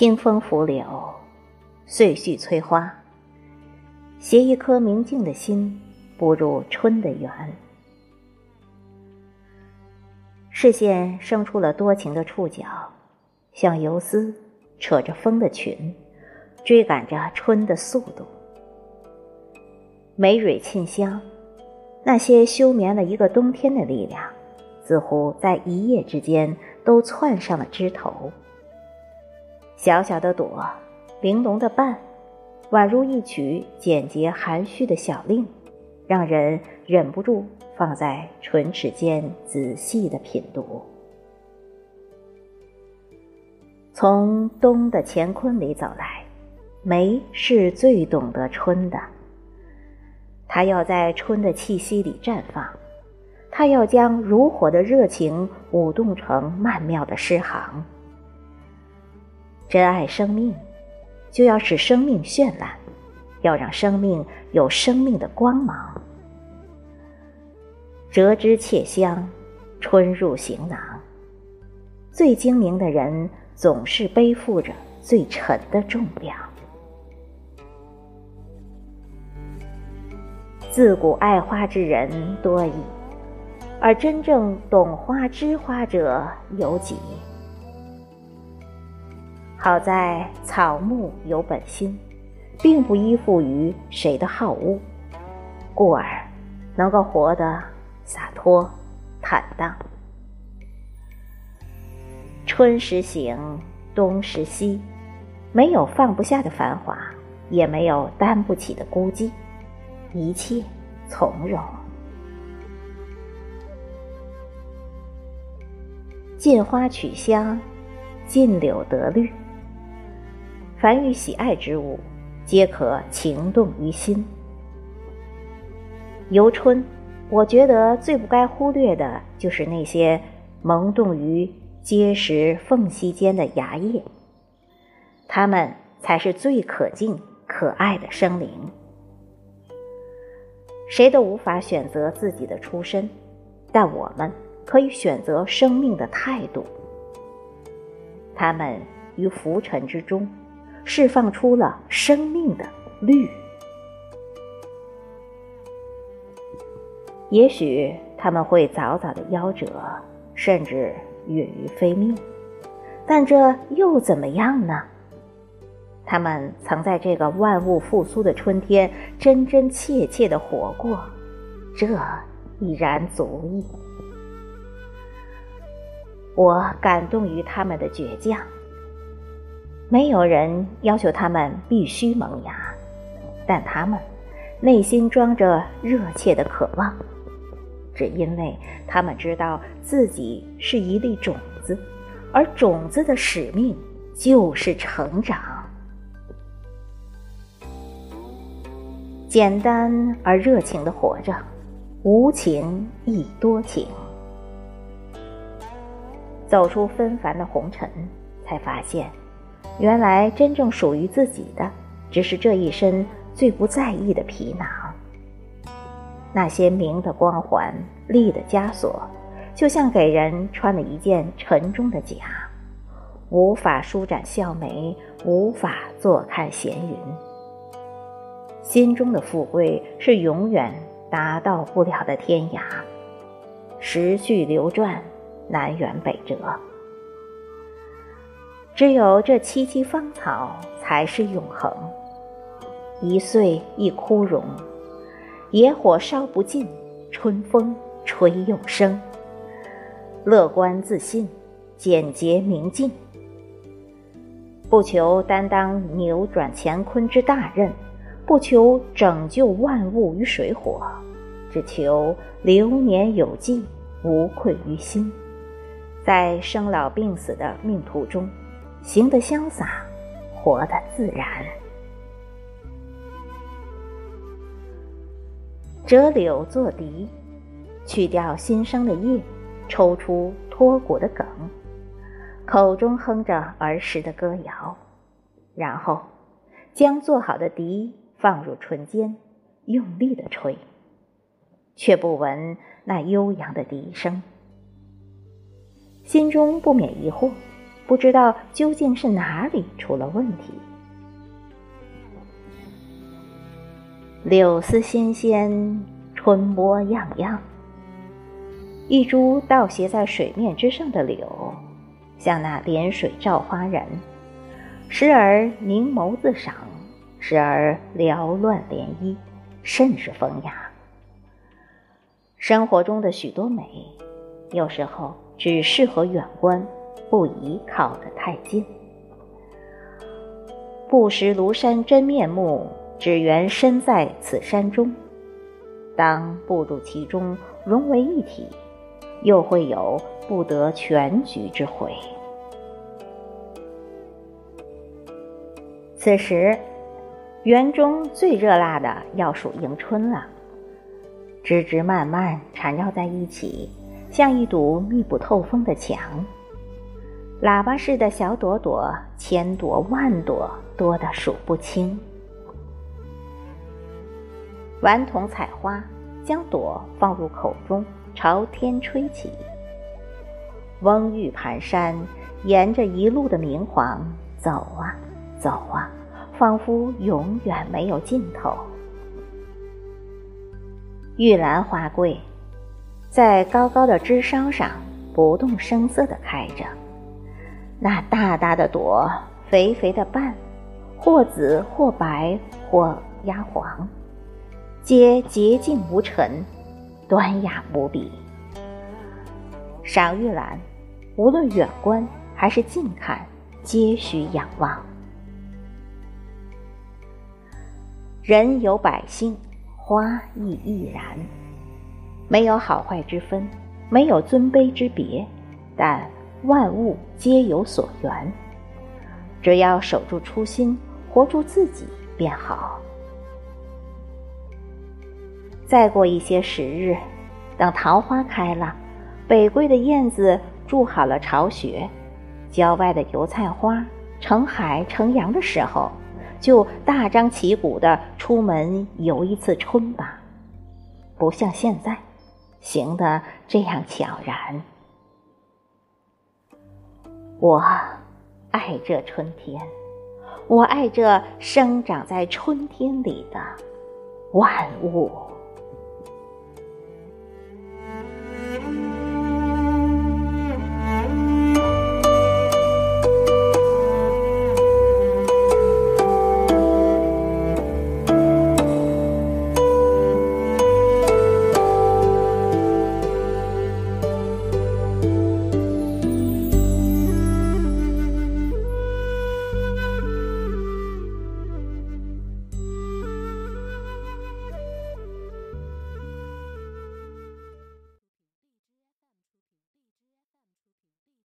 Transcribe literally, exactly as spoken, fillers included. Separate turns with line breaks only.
清风拂柳，岁序催花，携一颗明净的心步入春的园。视线生出了多情的触角，像游丝扯着风的裙，追赶着春的速度。梅蕊沁香，那些休眠了一个冬天的力量，似乎在一夜之间都窜上了枝头。小小的朵，玲珑的瓣，宛如一曲简洁含蓄的小令，让人忍不住放在唇齿间仔细的品读。从冬的乾坤里走来，梅是最懂得春的。它要在春的气息里绽放，它要将如火的热情舞动成曼妙的诗行。真爱生命，就要使生命绚烂，要让生命有生命的光芒。折枝且香，春入行囊。最精明的人总是背负着最沉的重量。自古爱花之人多矣，而真正懂花知花者有几？好在草木有本心，并不依附于谁的好恶，故而能够活得洒脱坦荡。春时行，冬时息，没有放不下的繁华，也没有担不起的孤寂，一切从容。见花取香，近柳得绿。凡与喜爱之物，皆可情动于心。游春，我觉得最不该忽略的就是那些萌动于结实缝隙间的芽叶，它们才是最可敬可爱的生灵。谁都无法选择自己的出身，但我们可以选择生命的态度。它们于浮尘之中释放出了生命的绿。也许他们会早早的夭折，甚至陨于非命，但这又怎么样呢？他们曾在这个万物复苏的春天真真切切地活过，这已然足矣。我感动于他们的倔强。没有人要求他们必须萌芽，但他们内心装着热切的渴望，只因为他们知道自己是一粒种子，而种子的使命就是成长。简单而热情地活着，无情亦多情。走出纷繁的红尘，才发现原来真正属于自己的，只是这一身最不在意的皮囊。那些名的光环，利的枷锁，就像给人穿了一件沉重的甲，无法舒展笑眉，无法坐看闲云。心中的富贵是永远达到不了的天涯，时序流转，南辕北辙。只有这萋萋芳草才是永恒，一岁一枯荣，野火烧不尽，春风吹永生。乐观自信，简洁明净，不求担当扭转乾坤之大任，不求拯救万物于水火，只求流年有际，无愧于心。在生老病死的命途中，行得潇洒，活得自然。折柳作笛，去掉新生的叶，抽出脱骨的梗，口中哼着儿时的歌谣，然后将做好的笛放入唇间，用力地吹，却不闻那悠扬的笛声。心中不免疑惑， 不知道究竟是哪里出了问题。柳丝纤纤，春波漾漾。一株倒斜在水面之上的柳，像那连水照花人，时而凝眸自赏，时而缭乱涟漪，甚是风雅。生活中的许多美，有时候只适合远观，不宜靠得太近。不识庐山真面目，只缘身在此山中。当步入其中，融为一体，又会有不得全局之悔。此时园中最热辣的要数迎春了，枝枝蔓蔓缠绕在一起，像一堵密不透风的墙。喇叭似的小朵朵，千朵万朵，多得数不清。顽童采花，将朵放入口中，朝天吹起。翁玉蹒跚，沿着一路的明黄走啊走啊，仿佛永远没有尽头。玉兰花桂在高高的枝梢上不动声色地开着，那大大的朵，肥肥的瓣，或紫或白或压黄，皆洁净无尘，端雅无比。赏玉兰，无论远观还是近看，皆需仰望。人有百姓，花亦亦然，没有好坏之分，没有尊卑之别，但万物皆有所缘。只要守住初心，活出自己便好。再过一些时日，等桃花开了，北归的燕子筑好了巢穴，郊外的油菜花成海成阳的时候，就大张旗鼓地出门游一次春吧，不像现在行得这样悄然。我爱这春天，我爱这生长在春天里的万物。